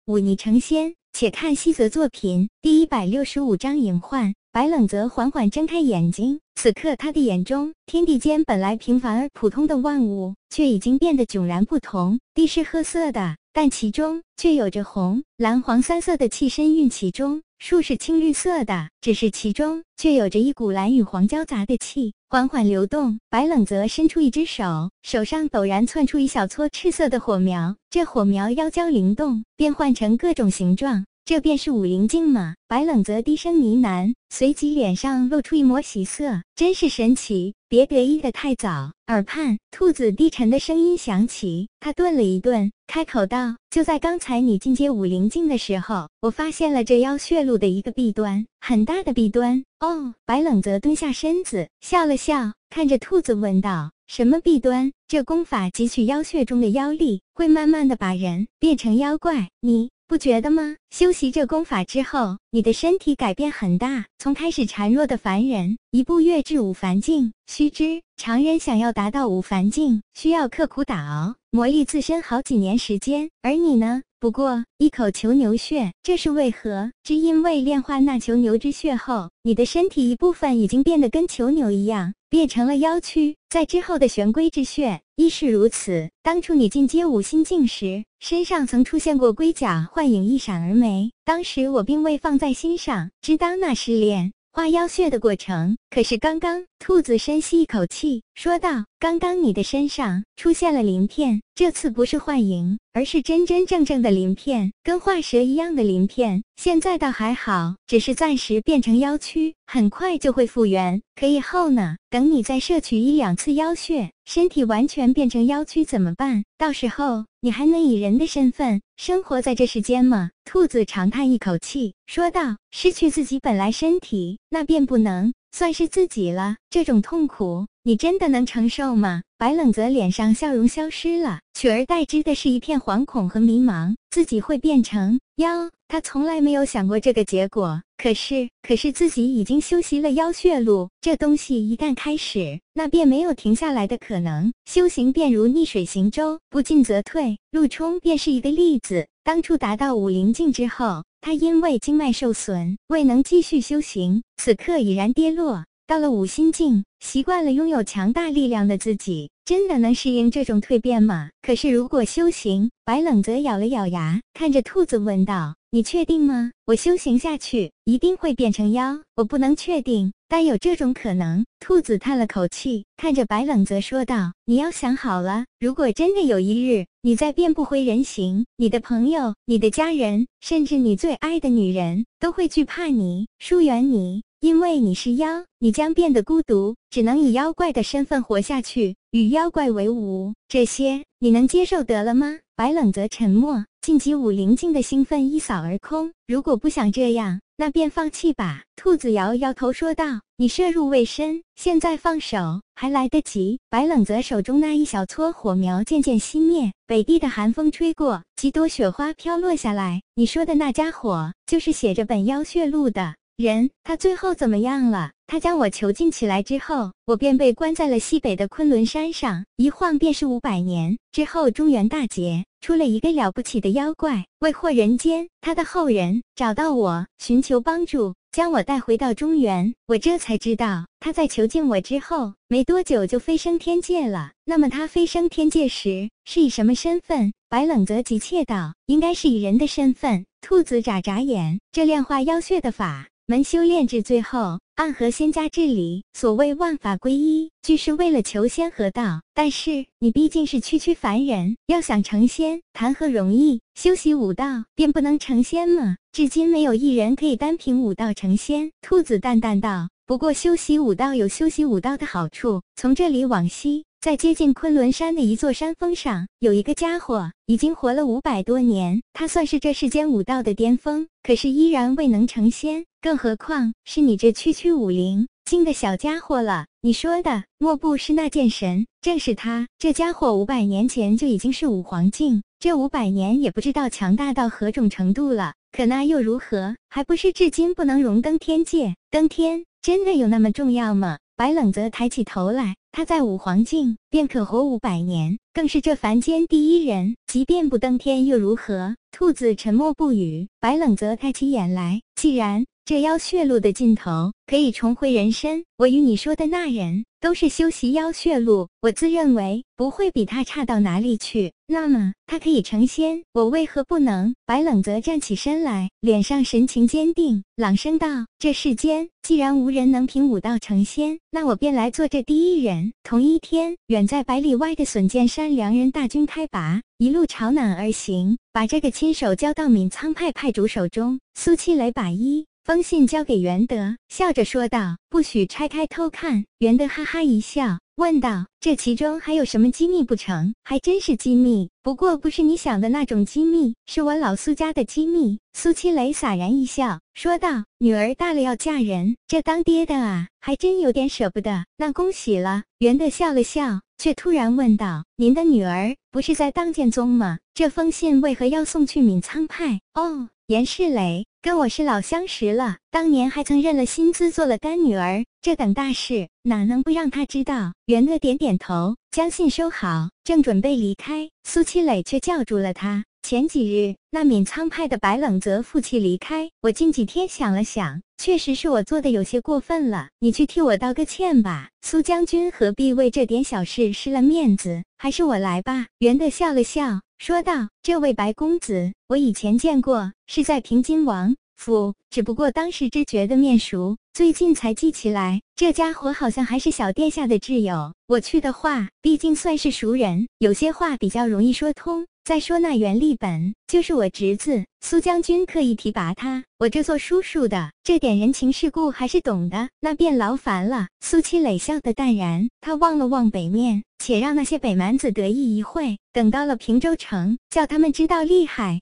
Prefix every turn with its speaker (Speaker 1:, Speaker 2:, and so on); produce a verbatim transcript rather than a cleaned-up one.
Speaker 1: 忤逆成仙。且看西泽作品第一百六十五章隐患。白冷泽缓缓睁开眼睛，此刻他的眼中，天地间本来平凡而普通的万物，却已经变得迥然不同。地是褐色的，但其中却有着红、蓝、黄三色的气深蕴其中；树是青绿色的，只是其中却有着一股蓝与黄交杂的气，缓缓流动。白冷泽伸出一只手，手上陡然窜出一小撮赤色的火苗，这火苗妖娇灵动，变换成各种形状。这便是武灵镜吗？白冷泽低声呢喃，随即脸上露出一抹喜色，真是神奇，别得意的太早。耳畔，兔子低沉的声音响起，他顿了一顿，开口道：就在刚才你进阶武灵镜的时候，我发现了这妖血路的一个弊端，很大的弊端。哦，白冷泽蹲下身子，笑了笑，看着兔子问道：什么弊端？这功法汲取妖血中的妖力，会慢慢的把人变成妖怪，你不觉得吗？修习这功法之后，你的身体改变很大，从开始孱弱的凡人，一步跃至五凡境。须知，常人想要达到五凡境，需要刻苦打熬，磨砺自身好几年时间，而你呢？不过一口囚牛血，这是为何？只因为炼化那囚牛之血后，你的身体一部分已经变得跟囚牛一样，变成了妖躯。在之后的玄龟之血亦是如此。当初你进阶五心境时，身上曾出现过龟甲幻影一闪而没，当时我并未放在心上，只当那是炼化妖血的过程。可是刚刚，兔子深吸一口气，说道：刚刚你的身上出现了鳞片，这次不是幻影，而是真真正正的鳞片，跟化蛇一样的鳞片。现在倒还好，只是暂时变成妖躯，很快就会复原。可以后呢？等你再摄取一两次妖血，身体完全变成妖躯怎么办？到时候你还能以人的身份生活在这世间吗？兔子长叹一口气，说道：失去自己本来身体，那便不能算是自己了。这种痛苦，你真的能承受吗？白冷泽脸上笑容消失了，取而代之的是一片惶恐和迷茫。自己会变成妖，他从来没有想过这个结果。可是，可是自己已经修习了妖血路，这东西一旦开始，那便没有停下来的可能。修行便如逆水行舟，不进则退。陆冲便是一个例子。当初达到武灵境之后，他因为经脉受损，未能继续修行，此刻已然跌落。到了五心境，习惯了拥有强大力量的自己，真的能适应这种蜕变吗？可是如果修行，白冷泽咬了咬牙，看着兔子问道：你确定吗？我修行下去，一定会变成妖？我不能确定，但有这种可能。兔子叹了口气，看着白冷泽说道：你要想好了，如果真的有一日，你再变不回人形，你的朋友、你的家人，甚至你最爱的女人，都会惧怕你，疏远你。因为你是妖，你将变得孤独，只能以妖怪的身份活下去，与妖怪为伍。这些你能接受得了吗？白冷泽沉默，晋级武灵境的兴奋一扫而空。如果不想这样，那便放弃吧。兔子摇摇头说道：你涉入未深，现在放手还来得及。白冷泽手中那一小撮火苗渐渐熄灭，北地的寒风吹过，几朵雪花飘落下来。你说的那家伙，就是写着本妖血录的人。他最后怎么样了？他将我囚禁起来之后，我便被关在了西北的昆仑山上，一晃便是五百年。之后中原大劫，出了一个了不起的妖怪，为祸人间。他的后人找到我，寻求帮助，将我带回到中原。我这才知道，他在囚禁我之后，没多久就飞升天界了。那么他飞升天界时，是以什么身份？白冷泽急切道：应该是以人的身份。兔子眨眨眼，这炼化妖血的法门修炼至最后，暗合仙家之理，所谓万法归一，俱是为了求仙合道。但是你毕竟是区区凡人，要想成仙，谈何容易？修习武道便不能成仙吗？至今没有一人可以单凭武道成仙。兔子淡淡道：不过修习武道有修习武道的好处，从这里往西，在接近昆仑山的一座山峰上，有一个家伙已经活了五百多年，他算是这世间武道的巅峰，可是依然未能成仙，更何况是你这区区武灵境的小家伙了。你说的莫不是那剑神？正是他。这家伙五百年前就已经是武皇境，这五百年也不知道强大到何种程度了。可那又如何？还不是至今不能荣登天界。登天真的有那么重要吗？白冷泽抬起头来， 他在五黄境便可活五百年，更是这凡间第一人，即便不登天又如何？兔子沉默不语，白冷泽抬起眼来，既然这妖血路的尽头可以重回人身，我与你说的那人都是修习妖血路，我自认为不会比他差到哪里去。那么他可以成仙，我为何不能？白冷泽站起身来，脸上神情坚定，朗声道：这世间既然无人能凭武道成仙，那我便来做这第一人。同一天，远在百里外的笋剑山良人大军开拔，一路朝南而行，把这个亲手交到闵苍派派主手中。苏七雷把一封信交给袁德，笑着说道：不许拆开偷看。袁德哈哈一笑，问道：这其中还有什么机密不成？还真是机密，不过不是你想的那种机密，是我老苏家的机密。苏七雷洒然一笑，说道：女儿大了要嫁人，这当爹的啊，还真有点舍不得。那恭喜了。袁德笑了笑，却突然问道：您的女儿不是在当剑宗吗？这封信为何要送去闵苍派？哦，严世磊跟我是老相识了，当年还曾认了薪资做了干女儿，这等大事哪能不让他知道？袁乐点点头，将信收好，正准备离开，苏七磊却叫住了他。前几日那闵苍派的白冷泽负气离开，我近几天想了想，确实是我做的有些过分了，你去替我道个歉吧。苏将军何必为这点小事失了面子，还是我来吧。袁德笑了笑，说道：这位白公子我以前见过，是在平津王府，只不过当时只觉得面熟，最近才记起来，这家伙好像还是小殿下的挚友。我去的话，毕竟算是熟人，有些话比较容易说通。再说那袁立本就是我侄子，苏将军刻意提拔他，我这做叔叔的这点人情世故还是懂的，那便劳烦了。苏七磊笑得淡然，他望了望北面，且让那些北蛮子得意一会，等到了平州城，叫他们知道厉害，